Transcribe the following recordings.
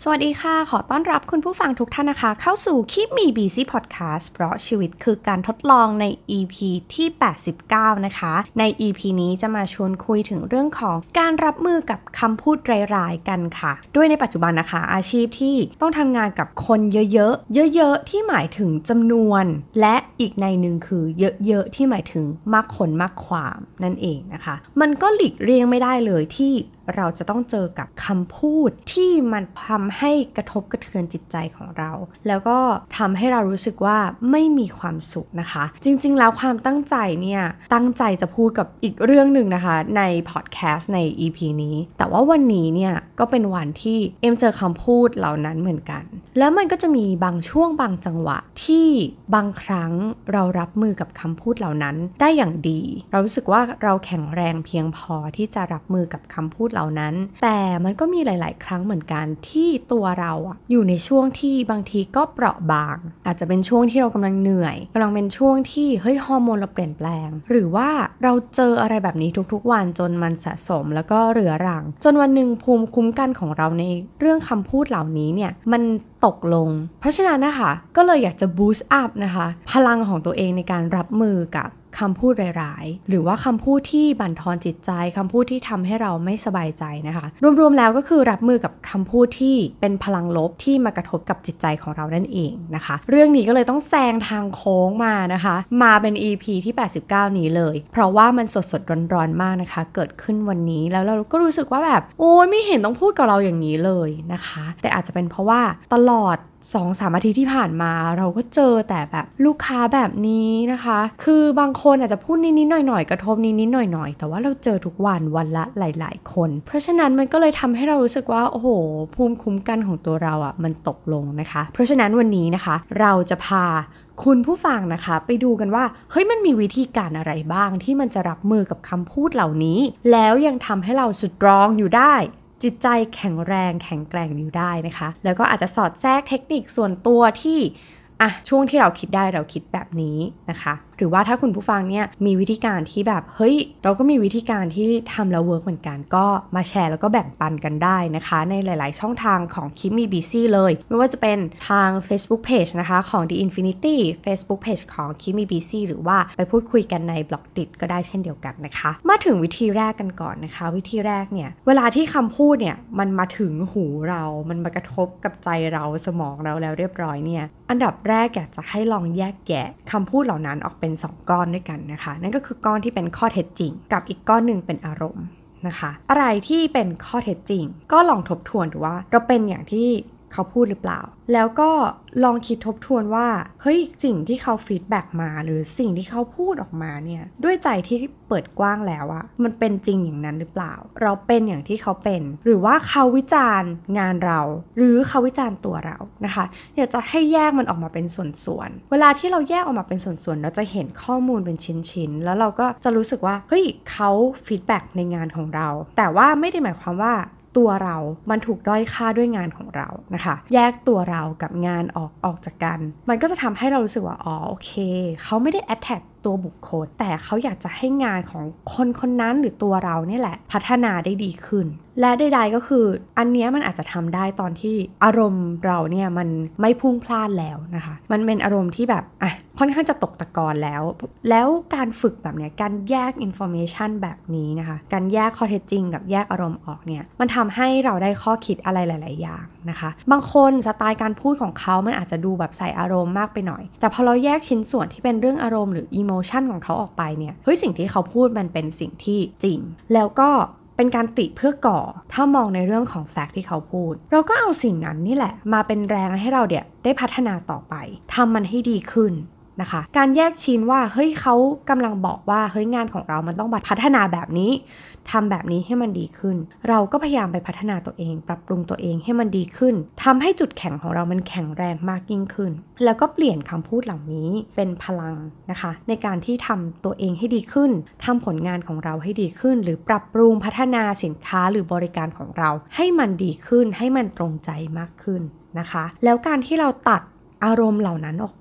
สวัสดีค่ะขอต้อนรับคุณผู้ฟังทุกท่านนะคะเข้าสู่ Keep Me Busy Podcast เพราะชีวิตคือการทดลองใน EP ที่ 89 นะคะใน EP นี้จะมาชวนคุยถึงเรื่องของการรับมือกับคำพูดร้ายๆกันค่ะด้วยในปัจจุบันนะคะอาชีพที่ต้องทำงานกับคนเยอะๆเยอะๆที่หมายถึงจำนวนและอีกในหนึ่งคือเยอะๆที่หมายถึงมากคนมากความนั่นเองนะคะมันก็หลีกเลี่ยงไม่ได้เลยที่เราจะต้องเจอกับคำพูดที่มันทำให้กระทบกระเทือนจิตใจของเราแล้วก็ทำให้เรารู้สึกว่าไม่มีความสุขนะคะจริงๆแล้วความตั้งใจเนี่ยตั้งใจจะพูดกับอีกเรื่องหนึ่งนะคะในพอดแคสต์ใน EP นี้แต่ว่าวันนี้เนี่ยก็เป็นวันที่เอ็มเจอคำพูดเหล่านั้นเหมือนกันแล้วมันก็จะมีบางช่วงบางจังหวะที่บางครั้งเรารับมือกับคำพูดเหล่านั้นได้อย่างดีเรารู้สึกว่าเราแข็งแรงเพียงพอที่จะรับมือกับคำพูดเหล่านั้นแต่มันก็มีหลายๆครั้งเหมือนกันที่ตัวเราอยู่ในช่วงที่บางทีก็เปราะบางอาจจะเป็นช่วงที่เรากำลังเหนื่อยกำลังเป็นช่วงที่ฮอร์โมนเราเปลี่ยนแปลงหรือว่าเราเจออะไรแบบนี้ทุกๆวันจนมันสะสมแล้วก็เรื้อรังจนวันหนึ่งภูมิคุ้มกันของเราในเรื่องคำพูดเหล่านี้เนี่ยมันตกลงเพราะฉะนั้นนะคะก็เลยอยากจะบูสต์อัพนะคะพลังของตัวเองในการรับมือกับคำพูดร้ายๆหรือว่าคำพูดที่บั่นทอนจิตใจคำพูดที่ทำให้เราไม่สบายใจนะคะรวมๆแล้วก็คือรับมือกับคำพูดที่เป็นพลังลบที่มากระทบกับจิตใจของเรานั่นเองนะคะเรื่องนี้ก็เลยต้องแซงทางโค้งมานะคะมาเป็น EP ที่ 89 นี้เลยเพราะว่ามันสดๆร้อนๆมากนะคะเกิดขึ้นวันนี้แล้วเราก็รู้สึกว่าแบบโอ้ยไม่เห็นต้องพูดกับเราอย่างนี้เลยนะคะแต่อาจจะเป็นเพราะว่าตลอด2-3 อาทิตย์ที่ผ่านมาเราก็เจอแต่แบบลูกค้าแบบนี้นะคะคือบางคนอาจจะพูดนิดๆหน่อยๆกระทบนิดๆหน่อยๆแต่ว่าเราเจอทุกวันละหลายๆคนเพราะฉะนั้นมันก็เลยทำให้เรารู้สึกว่าโอ้โหภูมิคุ้มกันของตัวเรามันตกลงนะคะเพราะฉะนั้นวันนี้นะคะเราจะพาคุณผู้ฟังนะคะไปดูกันว่าเฮ้ยมันมีวิธีการอะไรบ้างที่มันจะรับมือกับคำพูดเหล่านี้แล้วยังทำให้เราสตรองอยู่ได้จิตใจแข็งแรงแข็งแกร่งอยู่ได้นะคะแล้วก็อาจจะสอดแทรกเทคนิคส่วนตัวที่ช่วงที่เราคิดได้เราคิดแบบนี้นะคะหรือว่าถ้าคุณผู้ฟังเนี่ยมีวิธีการที่แบบเฮ้ยเราก็มีวิธีการที่ทำแล้วเวิร์กเหมือนกันก็มาแชร์แล้วก็แบ่งปันกันได้นะคะในหลายๆช่องทางของ Keep Me Busy เลยไม่ว่าจะเป็นทาง Facebook Page นะคะของ The Infinity Facebook Page ของ Keep Me Busy หรือว่าไปพูดคุยกันในบล็อกดิก็ได้เช่นเดียวกันนะคะมาถึงวิธีแรกกันก่อนนะคะวิธีแรกเนี่ยเวลาที่คำพูดเนี่ยมันมาถึงหูเรามันมากระทบกับใจเราสมองเราแล้วเรียบร้อยเนี่ยอันดับแรกอยากจะให้ลองแยกแยะคำพูดเหล่านั้นออกเป็น2ก้อนด้วยกันนะคะนั่นก็คือก้อนที่เป็นข้อเท็จจริงกับอีกก้อนหนึ่งเป็นอารมณ์นะคะอะไรที่เป็นข้อเท็จจริงก็ลองทบทวนดูว่าเราเป็นอย่างที่เขาพูดหรือเปล่าแล้วก็ลองคิดทบทวนว่าเฮ้ยสิ่งที่เขาฟีดแบ็กมาหรือสิ่งที่เขาพูดออกมาเนี่ยด้วยใจที่เปิดกว้างแล้วมันเป็นจริงอย่างนั้นหรือเปล่าเราเป็นอย่างที่เขาเป็นหรือว่าเขาวิจารณ์งานเราหรือเขาวิจารณ์ตัวเรานะคะอยากจะให้แยกมันออกมาเป็นส่วนๆเวลาที่เราแยกออกมาเป็นส่วนๆเราจะเห็นข้อมูลเป็นชิ้นๆแล้วเราก็จะรู้สึกว่าเฮ้ยเขาฟีดแบ็กในงานของเราแต่ว่าไม่ได้หมายความว่าตัวเรามันถูกด้อยค่าด้วยงานของเรานะคะแยกตัวเรากับงานออกจากกันมันก็จะทำให้เรารู้สึกว่าอ๋อโอเคเขาไม่ได้ attack ตัวบุคคลแต่เขาอยากจะให้งานของคนคนนั้นหรือตัวเราเนี่ยแหละพัฒนาได้ดีขึ้นและใดๆก็คืออันเนี้ยมันอาจจะทำได้ตอนที่อารมณ์เราเนี่ยมันไม่พุ่งพล่านแล้วนะคะมันเป็นอารมณ์ที่แบบค่อนข้างจะตกตะกอนแล้วการฝึกแบบเนี้ยการแยก information แบบนี้นะคะการแยกข้อเท็จจริงกับแยกอารมณ์ออกเนี่ยมันทำให้เราได้ข้อคิดอะไรหลายๆอย่างนะคะบางคนสไตล์การพูดของเขามันอาจจะดูแบบใส่อารมณ์มากไปหน่อยแต่พอเราแยกชิ้นส่วนที่เป็นเรื่องอารมณ์หรือ emotion ของเขาออกไปเนี่ยเฮ้ยสิ่งที่เขาพูดมันเป็นสิ่งที่จริงแล้วก็เป็นการติเพื่อก่อถ้ามองในเรื่องของแฟกต์ที่เขาพูดเราก็เอาสิ่งนั้นนี่แหละมาเป็นแรงให้เราได้พัฒนาต่อไปทำมันให้ดีขึ้นนะคะการแยกชิ้นว่าเฮ้ยเขากำลังบอกว่าเฮ้ยงานของเรามันต้องพัฒนาแบบนี้ทำแบบนี้ให้มันดีขึ้นเราก็พยายามไปพัฒนาตัวเองปรับปรุงตัวเองให้มันดีขึ้นทำให้จุดแข็งของเรามันแข็งแรงมากยิ่งขึ้นแล้วก็เปลี่ยนคำพูดเหล่านี้เป็นพลังนะคะในการที่ทำตัวเองให้ดีขึ้นทำผลงานของเราให้ดีขึ้นหรือปรับปรุงพัฒนาสินค้าหรือบริการของเราให้มันดีขึ้นให้มันตรงใจมากขึ้นนะคะแล้วการที่เราตัดอารมณ์เหล่านั้นออกไป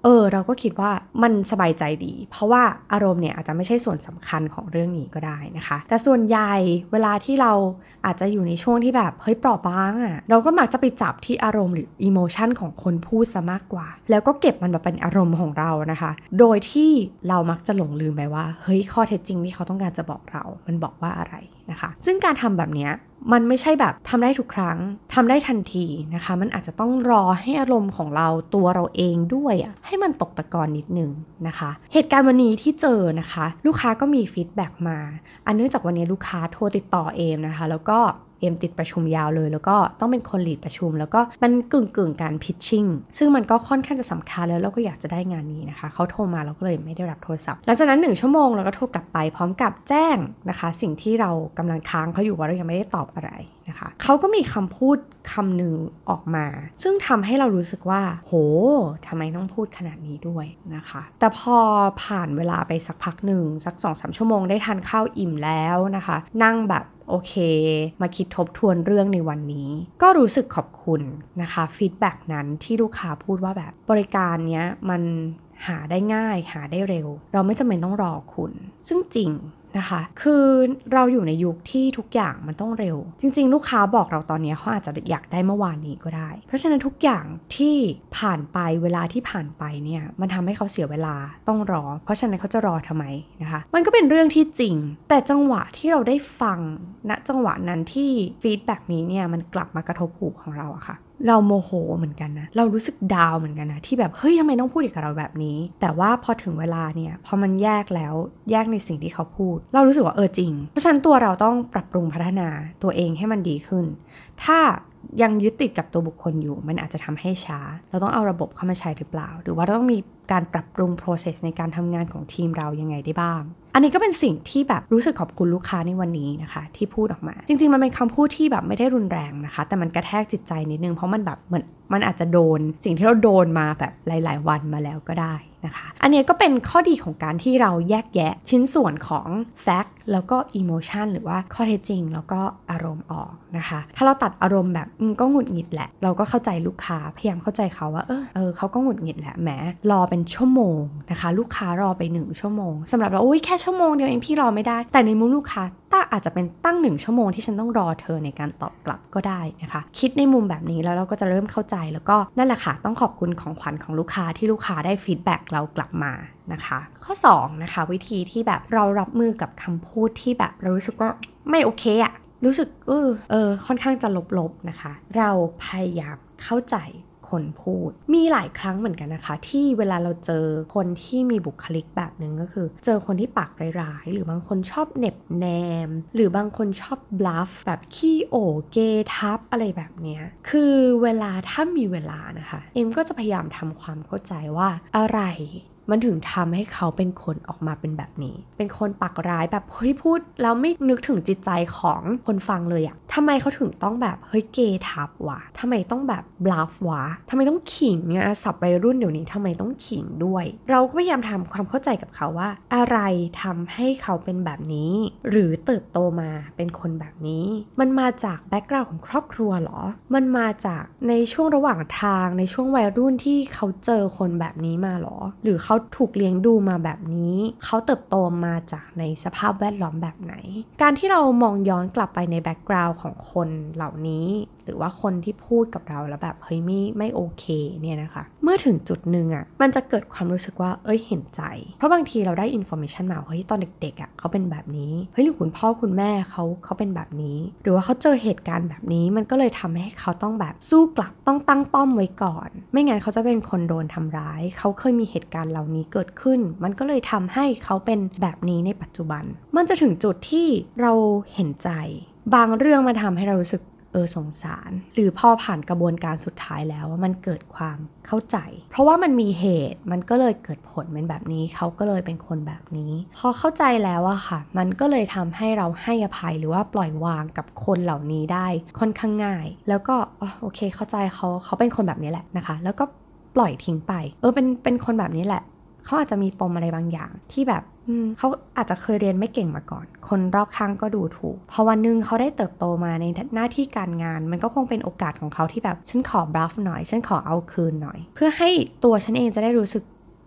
เราก็คิดว่ามันสบายใจดีเพราะว่าอารมณ์เนี่ยอาจจะไม่ใช่ส่วนสำคัญของเรื่องนี้ก็ได้นะคะแต่ส่วนใหญ่เวลาที่เราอาจจะอยู่ในช่วงที่แบบเฮ้ยเปราะบางเราก็มักจะไปจับที่อารมณ์หรืออิโมชันของคนพูดซะมากกว่าแล้วก็เก็บมันมาเป็นอารมณ์ของเรานะคะโดยที่เรามักจะหลงลืมไปว่าเฮ้ยข้อเท็จจริงที่เขาต้องการจะบอกเรามันบอกว่าอะไรนะคะซึ่งการทำแบบนี้มันไม่ใช่แบบทำได้ทุกครั้งทำได้ทันทีนะคะมันอาจจะต้องรอให้อารมณ์ของเราตัวเราเองด้วยให้มันตกตะกอนนิดนึงนะคะเหตุการณ์วันนี้ที่เจอนะคะลูกค้าก็มีฟีดแบ็กมาเนื่องจากวันนี้ลูกค้าโทรติดต่อเอมนะคะแล้วก็เอมติดประชุมยาวเลยแล้วก็ต้องเป็นคนลีดประชุมแล้วก็มันกึ่งการพิชชิ่งซึ่งมันก็ค่อนข้างจะสำคัญแล้วเราก็อยากจะได้งานนี้นะคะเขาโทรมาเราก็เลยไม่ได้รับโทรศัพท์หลังจากนั้น1 ชั่วโมงเราก็โทรกลับไปพร้อมกับแจ้งนะคะสิ่งที่เรากำลังค้างเขาอยู่ว่าเรายังไม่ได้ตอบอะไรนะคะเขาก็มีคำพูดคำหนึ่งออกมาซึ่งทำให้เรารู้สึกว่าโหทำไมต้องพูดขนาดนี้ด้วยนะคะแต่พอผ่านเวลาไปสักพักหนึ่งสัก 2-3 ชั่วโมงได้ทานข้าวอิ่มแล้วนะคะนั่งแบบโอเคมาคิดทบทวนเรื่องในวันนี้ก็รู้สึกขอบคุณนะคะฟีดแบ็กนั้นที่ลูกค้าพูดว่าแบบบริการเนี้ยมันหาได้ง่ายหาได้เร็วเราไม่จำเป็นต้องรอคุณซึ่งจริงนะคะคือเราอยู่ในยุคที่ทุกอย่างมันต้องเร็วจริงๆลูกค้าบอกเราตอนนี้เขาอาจจะอยากได้เมื่อวานนี้ก็ได้เพราะฉะนั้นทุกอย่างที่ผ่านไปเวลาที่ผ่านไปเนี่ยมันทำให้เขาเสียเวลาต้องรอเพราะฉะนั้นเขาจะรอทำไมนะคะมันก็เป็นเรื่องที่จริงแต่จังหวะที่เราได้ฟังณจังหวะนั้นที่ฟีดแบ็กนี้เนี่ยมันกลับมากระทบหูของเราอะค่ะเราโมโหเหมือนกันนะเรารู้สึกดาวเหมือนกันนะที่แบบเฮ้ยทำไมต้องพูดกับเราแบบนี้แต่ว่าพอถึงเวลาเนี่ยพอมันแยกแล้วแยกในสิ่งที่เขาพูดเรารู้สึกว่าจริงเพราะฉะนั้นตัวเราต้องปรับปรุงพัฒนาตัวเองให้มันดีขึ้นถ้ายังยึดติดกับตัวบุคคลอยู่มันอาจจะทำให้ช้าเราต้องเอาระบบเข้ามาใช้หรือเปล่าหรือว่าเราต้องมีการปรับปรุง process ในการทำงานของทีมเรายังไงได้บ้างอันนี้ก็เป็นสิ่งที่แบบรู้สึกขอบคุณลูกค้าในวันนี้นะคะที่พูดออกมาจริงๆมันเป็นคำพูดที่แบบไม่ได้รุนแรงนะคะแต่มันกระแทกจิตใจนิดนึงเพราะมันแบบเหมือนมันอาจจะโดนสิ่งที่เราโดนมาแบบหลายๆวันมาแล้วก็ได้นะคะอันนี้ก็เป็นข้อดีของการที่เราแยกแยะชิ้นส่วนของ fact แล้วก็ emotion หรือว่าข้อเท็จจริงแล้วก็อารมณ์ออกนะคะถ้าเราตัดอารมณ์แบบก็หงุดหงิดแหละเราก็เข้าใจลูกค้าพยายามเข้าใจเขาว่าเขาก็หงุดหงิดแหละแหมรอเป็นชั่วโมงนะคะลูกค้ารอไป1 ชั่วโมงสำหรับเราแค่ชั่วโมงเดียวเองพี่รอไม่ได้แต่ในมุมลูกค้าอาจจะเป็นตั้ง1 ชั่วโมงที่ฉันต้องรอเธอในการตอบกลับก็ได้นะคะคิดในมุมแบบนี้แล้วเราก็จะเริ่มเข้าใจแล้วก็นั่นแหละค่ะต้องขอบคุณของขวัญของลูกค้าที่ลูกค้าได้ฟีดแบ็กเรากลับมานะคะข้อ2นะคะวิธีที่แบบเรารับมือกับคำพูดที่แบบเรารู้สึกว่าไม่โอเคอะรู้สึกค่อนข้างจะลบๆนะคะเราพยายามเข้าใจคนพูดมีหลายครั้งเหมือนกันนะคะที่เวลาเราเจอคนที่มีบุคลิกแบบนึงก็คือเจอคนที่ปากร้ายๆหรือบางคนชอบเหน็บแนมหรือบางคนชอบบลัฟแบบขี้โอเกทับอะไรแบบเนี้ยคือเวลาถ้ามีเวลานะคะเอ็มก็จะพยายามทำความเข้าใจว่าอะไรมันถึงทำให้เขาเป็นคนออกมาเป็นแบบนี้เป็นคนปากร้ายแบบเฮ้ยพูดแล้วไม่นึกถึงจิตใจของคนฟังเลยอะทำไมเขาถึงต้องแบบเฮ้ยเกทับวะทำไมต้องแบบบลัฟวะทำไมต้องขิงเนี่ยศัพท์วัยรุ่นเดี๋ยวนี้ทำไมต้องขิงด้วยเราก็พยายามทำความเข้าใจกับเขาว่าอะไรทำให้เขาเป็นแบบนี้หรือเติบโตมาเป็นคนแบบนี้มันมาจากแบ็กกราวด์ของครอบครัวหรอมันมาจากในช่วงระหว่างทางในช่วงวัยรุ่นที่เขาเจอคนแบบนี้มาหรอหรือเขาถูกเลี้ยงดูมาแบบนี้เขาเติบโตมาจากในสภาพแวดล้อมแบบไหนการที่เรามองย้อนกลับไปในแบ็กกราวด์ของคนเหล่านี้หรือว่าคนที่พูดกับเราแล้วแบบเฮ้ยไม่โอเคเนี่ยนะคะเมื่อถึงจุดนึงอ่ะมันจะเกิดความรู้สึกว่าเห็นใจเพราะบางทีเราได้อินโฟเมชันมาเฮ้ยตอนเด็กๆอ่ะเขาเป็นแบบนี้เฮ้ยหรือคุณพ่อคุณแม่เขาเป็นแบบนี้หรือว่าเขาเจอเหตุการณ์แบบนี้มันก็เลยทำให้เขาต้องแบบสู้กลับต้องตั้งป้อมไว้ก่อนไม่งั้นเขาจะเป็นคนโดนทำร้ายเขาเคยมีเหตุการณ์เหล่านี้เกิดขึ้นมันก็เลยทำให้เขาเป็นแบบนี้ในปัจจุบันมันจะถึงจุดที่เราเห็นใจบางเรื่องมันทำให้เรารู้สึกสงสารหรือพอผ่านกระบวนการสุดท้ายแล้วมันเกิดความเข้าใจเพราะว่ามันมีเหตุมันก็เลยเกิดผลเป็นแบบนี้เขาก็เลยเป็นคนแบบนี้พอเข้าใจแล้วอะค่ะมันก็เลยทำให้เราให้อภัยหรือว่าปล่อยวางกับคนเหล่านี้ได้ค่อนข้างง่ายแล้วก็โอเคเข้าใจเขาเป็นคนแบบนี้แหละนะคะแล้วก็ปล่อยทิ้งไปเป็นคนแบบนี้แหละเขาอาจจะมีปมอะไรบางอย่างที่แบบเขาอาจจะเคยเรียนไม่เก่งมาก่อนคนรอบข้างก็ดูถูกพอวันนึงเขาได้เติบโตมาในหน้าที่การงานมันก็คงเป็นโอกาสของเขาที่แบบฉันขอบลัฟหน่อยฉันขอเอาคืนหน่อยเพื่อให้ตัวฉันเองจะได้รู้สึก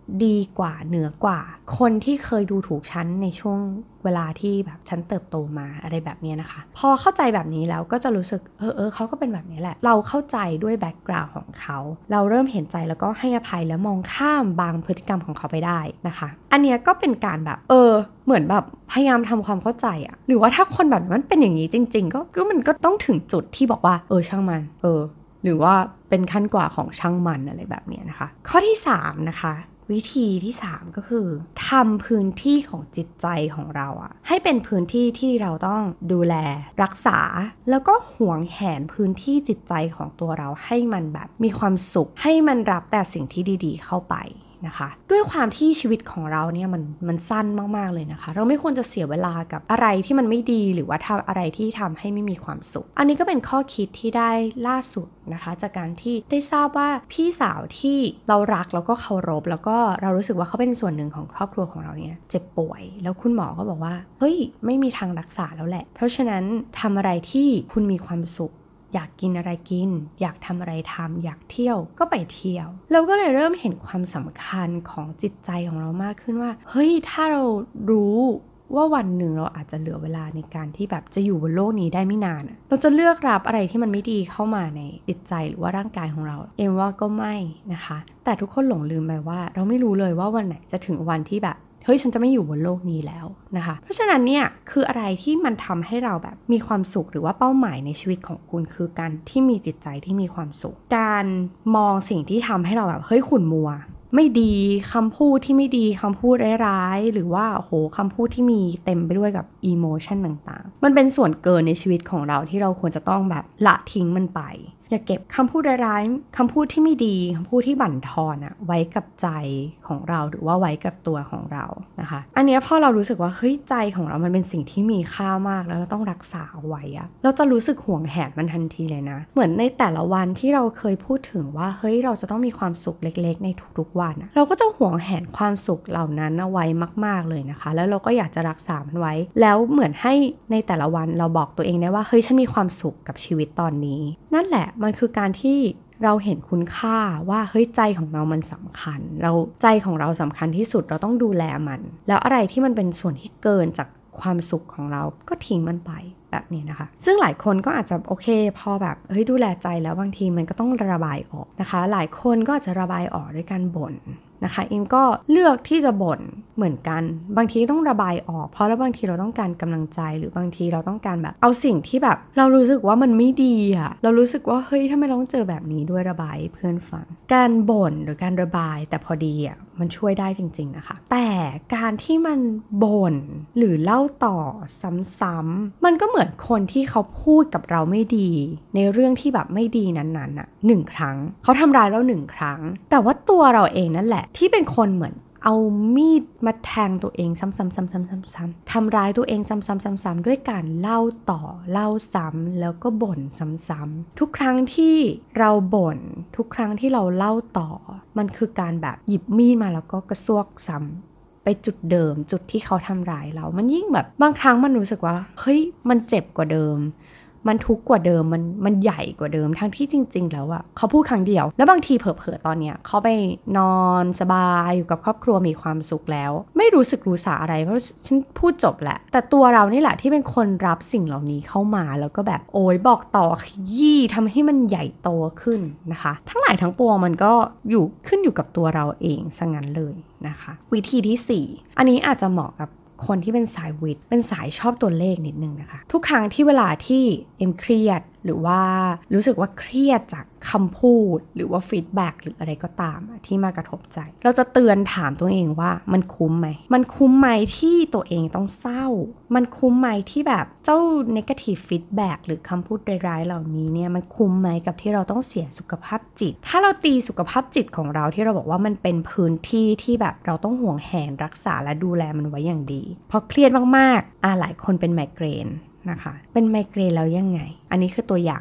ดีกว่าเหนือกว่าคนที่เคยดูถูกฉันในช่วงเวลาที่แบบฉันเติบโตมาอะไรแบบนี้นะคะพอเข้าใจแบบนี้แล้วก็จะรู้สึกเขาก็เป็นแบบนี้แหละเราเข้าใจด้วยแบ็กกราวด์ของเขาเราเริ่มเห็นใจแล้วก็ให้อภัยแล้วมองข้ามบางพฤติกรรมของเขาไปได้นะคะอันเนี้ยก็เป็นการแบบเหมือนแบบพยายามทำความเข้าใจอะหรือว่าถ้าคนแบบมันเป็นอย่างนี้จริงๆก็มันก็ต้องถึงจุดที่บอกว่าช่างมันหรือว่าเป็นขั้นกว่าของช่างมันอะไรแบบนี้นะคะข้อที่3นะคะวิธีที่3ก็คือทำพื้นที่ของจิตใจของเราอะให้เป็นพื้นที่ที่เราต้องดูแลรักษาแล้วก็หวงแหนพื้นที่จิตใจของตัวเราให้มันแบบมีความสุขให้มันรับแต่สิ่งที่ดีๆเข้าไปนะคะด้วยความที่ชีวิตของเราเนี่ยมันสั้นมากๆเลยนะคะเราไม่ควรจะเสียเวลากับอะไรที่มันไม่ดีหรือว่าทำอะไรที่ทำให้ไม่มีความสุขอันนี้ก็เป็นข้อคิดที่ได้ล่าสุดนะคะจากการที่ได้ทราบว่าพี่สาวที่เรารักแล้วก็เคารพแล้วก็เรารู้สึกว่าเขาเป็นส่วนหนึ่งของครอบครัวของเราเนี่ยเจ็บป่วยแล้วคุณหมอก็บอกว่าเฮ้ยไม่มีทางรักษาแล้วแหละเพราะฉะนั้นทำอะไรที่คุณมีความสุขอยากกินอะไรกินอยากทำอะไรทำอยากเที่ยวก็ไปเที่ยวเราก็เลยเริ่มเห็นความสำคัญของจิตใจของเรามากขึ้นว่าเฮ้ยถ้าเรารู้ว่าวันหนึ่งเราอาจจะเหลือเวลาในการที่แบบจะอยู่บนโลกนี้ได้ไม่นานเราจะเลือกรับอะไรที่มันไม่ดีเข้ามาในจิตใจหรือว่าร่างกายของเราว่าก็ไม่นะคะแต่ทุกคนหลงลืมไปว่าเราไม่รู้เลยว่าวันไหนจะถึงวันที่แบบเฮ้ยฉันจะไม่อยู่บนโลกนี้แล้วนะคะเพราะฉะนั้นเนี่ยคืออะไรที่มันทำให้เราแบบมีความสุขหรือว่าเป้าหมายในชีวิตของคุณคือการที่มีจิตใจที่มีความสุขการมองสิ่งที่ทำให้เราแบบเฮ้ยขุ่นมัวไม่ดีคำพูดที่ไม่ดีคำพูดร้ายๆหรือว่าคำพูดที่มีเต็มไปด้วยกับอีโมชันต่างๆมันเป็นส่วนเกินในชีวิตของเราที่เราควรจะต้องแบบละทิ้งมันไปอย่าเก็บคำพูดร้ายๆคำพูดที่ไม่ดีคำพูดที่บั่นทอนไว้กับใจของเราหรือว่าไว้กับตัวของเรานะคะอันนี้พอเรารู้สึกว่าเฮ้ยใจของเรามันเป็นสิ่งที่มีค่ามากแล้วเราต้องรักษาเอาไว้เราจะรู้สึกห่วงแหนมันทันทีเลยนะเหมือนในแต่ละวันที่เราเคยพูดถึงว่าเฮ้ยเราจะต้องมีความสุขเล็กๆในทุกๆวันเราก็จะห่วงแหนความสุขเหล่านั้นเอาไว้มากๆเลยนะคะแล้วเราก็อยากจะรักษามันไว้แล้วเหมือนให้ในแต่ละวันเราบอกตัวเองได้ว่าเฮ้ยฉันมีความสุขกับชีวิตตอนนี้นั่นแหละมันคือการที่เราเห็นคุณค่าว่าเฮ้ยใจของเรามันสำคัญเราใจของเราสำคัญที่สุดเราต้องดูแลมันแล้วอะไรที่มันเป็นส่วนที่เกินจากความสุขของเราก็ทิ้งมันไปแบบนี้นะคะซึ่งหลายคนก็อาจจะโอเคพอแบบเฮ้ยดูแลใจแล้วบางทีมันก็ต้องระบายออกนะคะหลายคนก็อาจจะระบายออกด้วยการบ่นนะคะอิมก็เลือกที่จะบ่นเหมือนกันบางทีต้องระบายออกเพราะแล้วบางทีเราต้องการกำลังใจหรือบางทีเราต้องการแบบเอาสิ่งที่แบบเรารู้สึกว่ามันไม่ดีเรารู้สึกว่าเฮ้ยทำไมเราต้องเจอแบบนี้ด้วยระบายให้เพื่อนฟังการบ่นหรือการระบายแต่พอดีมันช่วยได้จริงๆนะคะแต่การที่มันบ่นหรือเล่าต่อซ้ำๆมันก็เหมือนคนที่เขาพูดกับเราไม่ดีในเรื่องที่แบบไม่ดีนั้นๆ1 ครั้งเขาทำร้ายเรา1 ครั้งแต่ว่าตัวเราเองนั่นแหละที่เป็นคนเหมือนเอามีดมาแทงตัวเองซ้ำๆๆๆๆทำร้ายตัวเองซ้ำๆๆๆด้วยการเล่าต่อเล่าซ้ำแล้วก็บ่นซ้ำๆทุกครั้งที่เราบ่นทุกครั้งที่เราเล่าต่อมันคือการแบบหยิบมีดมาแล้วก็กระซวกซ้ำไปจุดเดิมจุดที่เขาทำร้ายเรามันยิ่งแบบบางครั้งมันรู้สึกว่าเฮ้ยมันเจ็บกว่าเดิมมันทุกข์กว่าเดิมมันใหญ่กว่าเดิมทั้งที่จริงๆแล้วเขาพูดครั้งเดียวแล้วบางทีเผลอๆตอนเนี้ยเขาไปนอนสบายอยู่กับครอบครัวมีความสุขแล้วไม่รู้สึกรู้สาอะไรเพราะฉันพูดจบแหละแต่ตัวเรานี่แหละที่เป็นคนรับสิ่งเหล่านี้เข้ามาแล้วก็แบบโอยบอกต่อขยี้ทำให้มันใหญ่โตขึ้นนะคะทั้งหลายทั้งปวงมันก็ขึ้นอยู่กับตัวเราเองซะงั้นเลยนะคะวิธีที่4อันนี้อาจจะเหมาะกับคนที่เป็นสายวิทย์เป็นสายชอบตัวเลขนิดนึงนะคะทุกครั้งที่เวลาที่เอ็มเครียดหรือว่ารู้สึกว่าเครียดจากคำพูดหรือว่าฟีดแบ็กหรืออะไรก็ตามที่มากระทบใจเราจะเตือนถามตัวเองว่ามันคุ้มไหมมันคุ้มไหมที่ตัวเองต้องเศร้ามันคุ้มไหมที่แบบเจ้า negative feedback หรือคำพูดร้ายๆเหล่านี้เนี่ยมันคุ้มไหมกับที่เราต้องเสียสุขภาพจิตถ้าเราตีสุขภาพจิตของเราที่เราบอกว่ามันเป็นพื้นที่ที่แบบเราต้องห่วงแหนรักษาและดูแลมันไว้อย่างดีพอเครียดมากๆหลายคนเป็นไมเกรนนะคะเป็นไมเกรนแล้วยังไงอันนี้คือตัวอย่างเลยนะคะ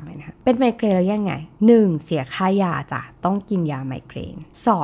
เป็นไมเกรนแล้วยังไง1เสียค่ายาจ้ะต้องกินยาไมเกรน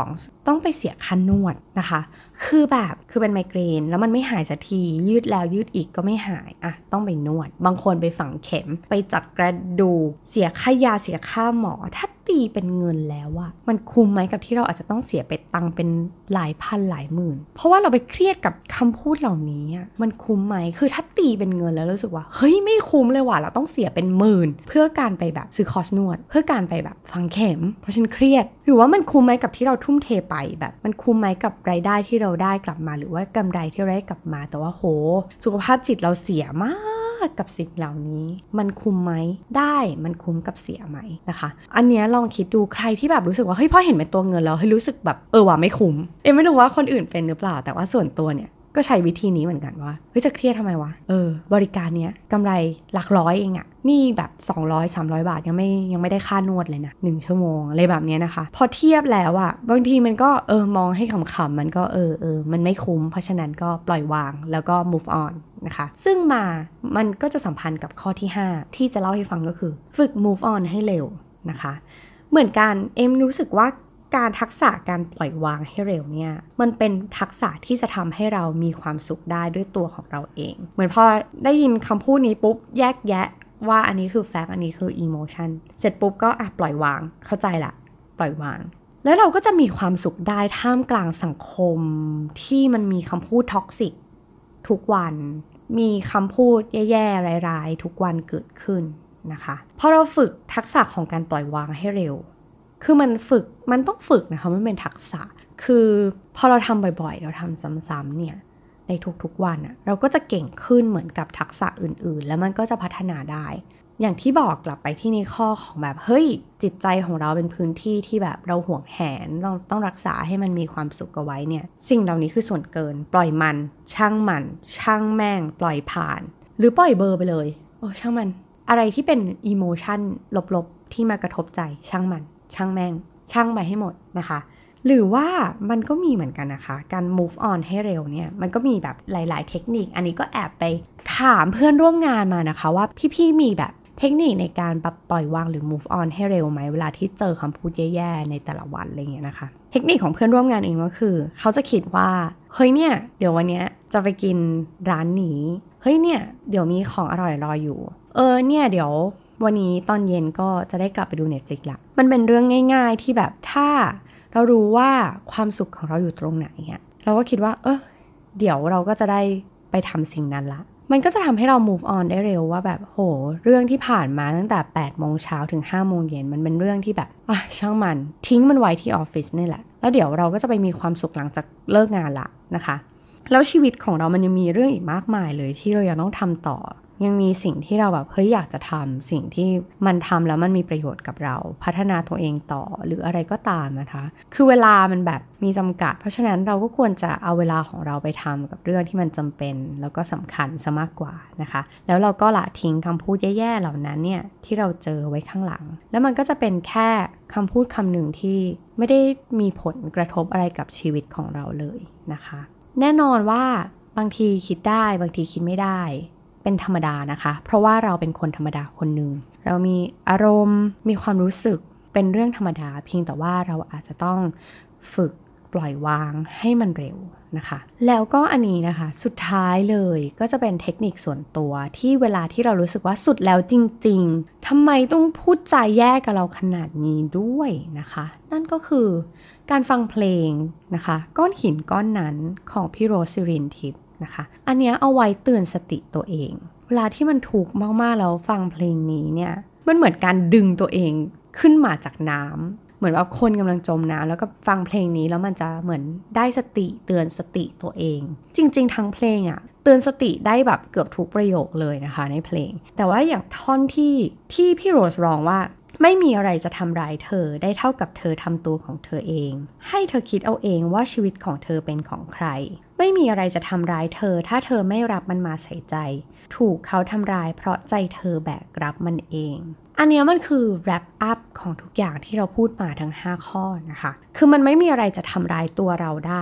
2ต้องไปเสียค่านวดนะคะคือเป็นไมเกรนแล้วมันไม่หายสักทียืดแล้วยืดอีกก็ไม่หายอ่ะต้องไปนวดบางคนไปฝังเข็มไปจัดกระดูกเสียค่ายาเสียค่าหมอถ้าตีเป็นเงินแล้วอะมันคุ้มไหมกับที่เราอาจจะต้องเสียไปตังเป็นหลายพันหลายหมื่นเพราะว่าเราไปเครียดกับคำพูดเหล่านี้มันคุ้มไหมคือถ้าตีเป็นเงินแล้วรู้สึกว่าเฮ้ยไม่คุ้มเลยว่ะเราต้องเสียเป็นหมื่นเพื่อการไปแบบซื้อคอร์สนวดเพื่อการไปแบบฝังเข็มเพราะฉันเครียดหรือว่ามันคุ้มไหมกับที่เราทุ่มเทไปแบบมันคุ้มไหมกับรายได้ที่เราได้กลับมาหรือว่ากำไรที่เราได้กลับมาแต่ว่าโหสุขภาพจิตเราเสียมากกับสิ่งเหล่านี้มันคุ้มไหมได้มันคุ้มกับเสียไหมนะคะอันเนี้ยลองคิดดูใครที่แบบรู้สึกว่าเฮ้ยพอเห็นเป็นตัวเงินแล้วเฮ้ยรู้สึกแบบว่ะไม่คุ้มไม่รู้ว่าคนอื่นเป็นหรือเปล่าแต่ว่าส่วนตัวเนี่ยก็ใช้วิธีนี้เหมือนกันว่าเฮ้ยจะเครียดทำไมวะบริการเนี้ยกำไรหลักร้อยเองอะนี่แบบ200-300 บาทยังไม่ได้ค่านวดเลยนะ1ชั่วโมงอะไรแบบนี้นะคะพอเทียบแล้วอะบางทีมันก็มองให้ขำๆมันก็มันไม่คุ้มเพราะฉะนั้นก็ปล่อยวางแล้วก็ move on นะคะซึ่งมันก็จะสัมพันธ์กับข้อที่5ที่จะเล่าให้ฟังก็คือฝึก move on ให้เร็วนะคะเหมือนกันรู้สึกว่าการทักษะการปล่อยวางให้เร็วเนี่ยมันเป็นทักษะที่จะทำให้เรามีความสุขได้ด้วยตัวของเราเองเหมือนพอได้ยินคำพูดนี้ปุ๊บแยกแยะว่าอันนี้คือแฟกต์อันนี้คืออีโมชันเสร็จปุ๊บก็ปล่อยวางเข้าใจละปล่อยวางแล้วเราก็จะมีความสุขได้ท่ามกลางสังคมที่มันมีคำพูดท็อกซิกทุกวันมีคำพูดแย่ๆร้ายๆทุกวันเกิดขึ้นนะคะพอเราฝึกทักษะของการปล่อยวางให้เร็วคือมันต้องฝึกนะคะมันเป็นทักษะคือพอเราทำบ่อยๆเราทำซ้ำๆเนี่ยในทุกๆวันเราก็จะเก่งขึ้นเหมือนกับทักษะอื่นๆแล้วมันก็จะพัฒนาได้อย่างที่บอกกลับไปที่ในข้อของแบบเฮ้ยจิตใจของเราเป็นพื้นที่ที่แบบเราห่วงแหนต้องรักษาให้มันมีความสุขเอาไว้เนี่ยสิ่งเหล่านี้คือส่วนเกินปล่อยมันช่างแม่งปล่อยผ่านหรือปล่อยเบอร์ไปเลยช่างมันอะไรที่เป็นอีโมชันลบๆที่มากระทบใจช่างมันช่างแม่งช่างไปให้หมดนะคะหรือว่ามันก็มีเหมือนกันนะคะการ move on ให้เร็วเนี่ยมันก็มีแบบหลายๆเทคนิคอันนี้ก็แอบไปถามเพื่อนร่วมงานมานะคะว่าพี่ๆมีแบบเทคนิคในการปล่อยวางหรือ move on ให้เร็วไหมเวลาที่เจอคำพูดแย่ๆในแต่ละวันอะไรเงี้ยนะคะเทคนิคของเพื่อนร่วมงานเองก็คือเขาจะคิดว่าเฮ้ยเนี่ยเดี๋ยววันนี้จะไปกินร้านนี้เฮ้ยเนี่ยเดี๋ยวมีของอร่อยรออยู่เนี่ยเดี๋ยววันนี้ตอนเย็นก็จะได้กลับไปดู Netflix ละมันเป็นเรื่องง่ายๆที่แบบถ้าเรารู้ว่าความสุขของเราอยู่ตรงไหนเราก็คิดว่าเดี๋ยวเราก็จะได้ไปทำสิ่งนั้นละมันก็จะทำให้เรา move on ได้เร็วว่าแบบโหเรื่องที่ผ่านมาตั้งแต่ 8 โมงเช้าถึง 5 โมงเย็นมันเป็นเรื่องที่แบบช่างมันทิ้งมันไว้ที่ออฟฟิศนี่แหละแล้วเดี๋ยวเราก็จะไปมีความสุขหลังจากเลิกงานละนะคะแล้วชีวิตของเรามันยังมีเรื่องอีกมากมายเลยที่เรายังต้องทำต่อยังมีสิ่งที่เราแบบเฮ้ยอยากจะทำสิ่งที่มันทำแล้วมันมีประโยชน์กับเราพัฒนาตัวเองต่อหรืออะไรก็ตามนะคะคือเวลามันแบบมีจำกัดเพราะฉะนั้นเราก็ควรจะเอาเวลาของเราไปทำกับเรื่องที่มันจำเป็นแล้วก็สำคัญซะมากกว่านะคะแล้วเราก็ละทิ้งคำพูดแย่ๆเหล่านั้นเนี่ยที่เราเจอไว้ข้างหลังแล้วมันก็จะเป็นแค่คำพูดคำหนึ่งที่ไม่ได้มีผลกระทบอะไรกับชีวิตของเราเลยนะคะแน่นอนว่าบางทีคิดได้บางทีคิดไม่ได้เป็นธรรมดานะคะเพราะว่าเราเป็นคนธรรมดาคนหนึ่งเรามีอารมณ์มีความรู้สึกเป็นเรื่องธรรมดาเพียงแต่ว่าเราอาจจะต้องฝึกปล่อยวางให้มันเร็วนะคะแล้วก็อันนี้นะคะสุดท้ายเลยก็จะเป็นเทคนิคส่วนตัวที่เวลาที่เรารู้สึกว่าสุดแล้วจริงๆทำไมต้องพูดจาแย่กับเราขนาดนี้ด้วยนะคะนั่นก็คือการฟังเพลงนะคะก้อนหินก้อนนั้นของพี่โรสศิรินทิพย์นะคะอันเนี้ยเอาไว้เตือนสติตัวเองเวลาที่มันทุกข์มากๆแล้วฟังเพลงนี้เนี่ยมันเหมือนการดึงตัวเองขึ้นมาจากน้ำเหมือนว่าคนกำลังจมน้ำแล้วก็ฟังเพลงนี้แล้วมันจะเหมือนได้สติเตือนสติตัวเองจริงๆทั้งเพลงเตือนสติได้แบบเกือบทุกประโยคเลยนะคะในเพลงแต่ว่าอย่างท่อนที่พี่โรสร้องว่าไม่มีอะไรจะทำร้ายเธอได้เท่ากับเธอทำตัวของเธอเองให้เธอคิดเอาเองว่าชีวิตของเธอเป็นของใครไม่มีอะไรจะทำร้ายเธอถ้าเธอไม่รับมันมาใส่ใจถูกเขาทำร้ายเพราะใจเธอแบกรับมันเองอันนี้มันคือ wrap up ของทุกอย่างที่เราพูดมาทั้ง5ข้อนะคะคือมันไม่มีอะไรจะทำร้ายตัวเราได้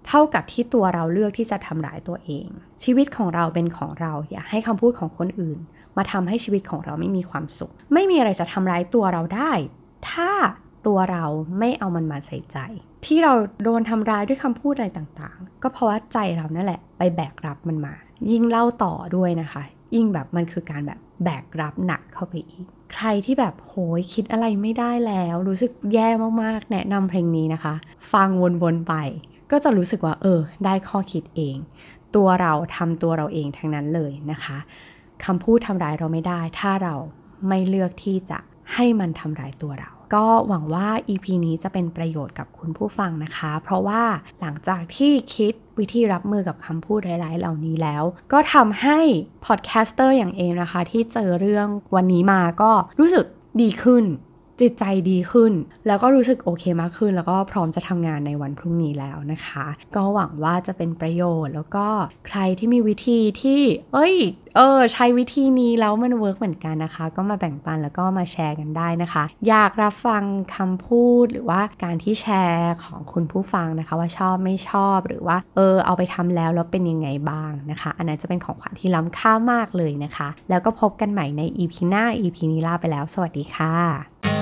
เท่ากับที่ตัวเราเลือกที่จะทำร้ายตัวเองชีวิตของเราเป็นของเราอย่าให้คำพูดของคนอื่นมาทำให้ชีวิตของเราไม่มีความสุขไม่มีอะไรจะทำร้ายตัวเราได้ถ้าตัวเราไม่เอามันมาใส่ใจที่เราโดนทำร้ายด้วยคำพูดอะไรต่างๆก็เพราะว่าใจเรานั่นแหละไปแบกรับมันมายิ่งเล่าต่อด้วยนะคะยิ่งแบบมันคือการแบบแบกรับหนักเข้าไปอีกใครที่แบบโหยคิดอะไรไม่ได้แล้วรู้สึกแย่มากๆแนะนำเพลงนี้นะคะฟังวนๆไปก็จะรู้สึกว่าได้ข้อคิดเองตัวเราทำตัวเราเองทั้งนั้นเลยนะคะคำพูดทำร้ายเราไม่ได้ถ้าเราไม่เลือกที่จะให้มันทำร้ายตัวเราก็หวังว่า EP นี้จะเป็นประโยชน์กับคุณผู้ฟังนะคะเพราะว่าหลังจากที่คิดวิธีรับมือกับคำพูดร้ายๆเหล่านี้แล้วก็ทำให้พอดแคสเตอร์อย่างเอมนะคะที่เจอเรื่องวันนี้มาก็รู้สึกดีขึ้นจิตใจดีขึ้นแล้วก็รู้สึกโอเคมากขึ้นแล้วก็พร้อมจะทำงานในวันพรุ่งนี้แล้วนะคะก็หวังว่าจะเป็นประโยชน์แล้วก็ใครที่มีวิธีที่ใช้วิธีนี้แล้วมันเวิร์กเหมือนกันนะคะก็มาแบ่งปันแล้วก็มาแชร์กันได้นะคะอยากรับฟังคำพูดหรือว่าการที่แชร์ของคุณผู้ฟังนะคะว่าชอบไม่ชอบหรือว่าเอาไปทำแล้วเป็นยังไงบ้างนะคะอันนั้นจะเป็นของขวัญที่ล้ำค่ามากเลยนะคะแล้วก็พบกันใหม่ใน EP หน้า EP นี้ลาไปแล้วสวัสดีค่ะ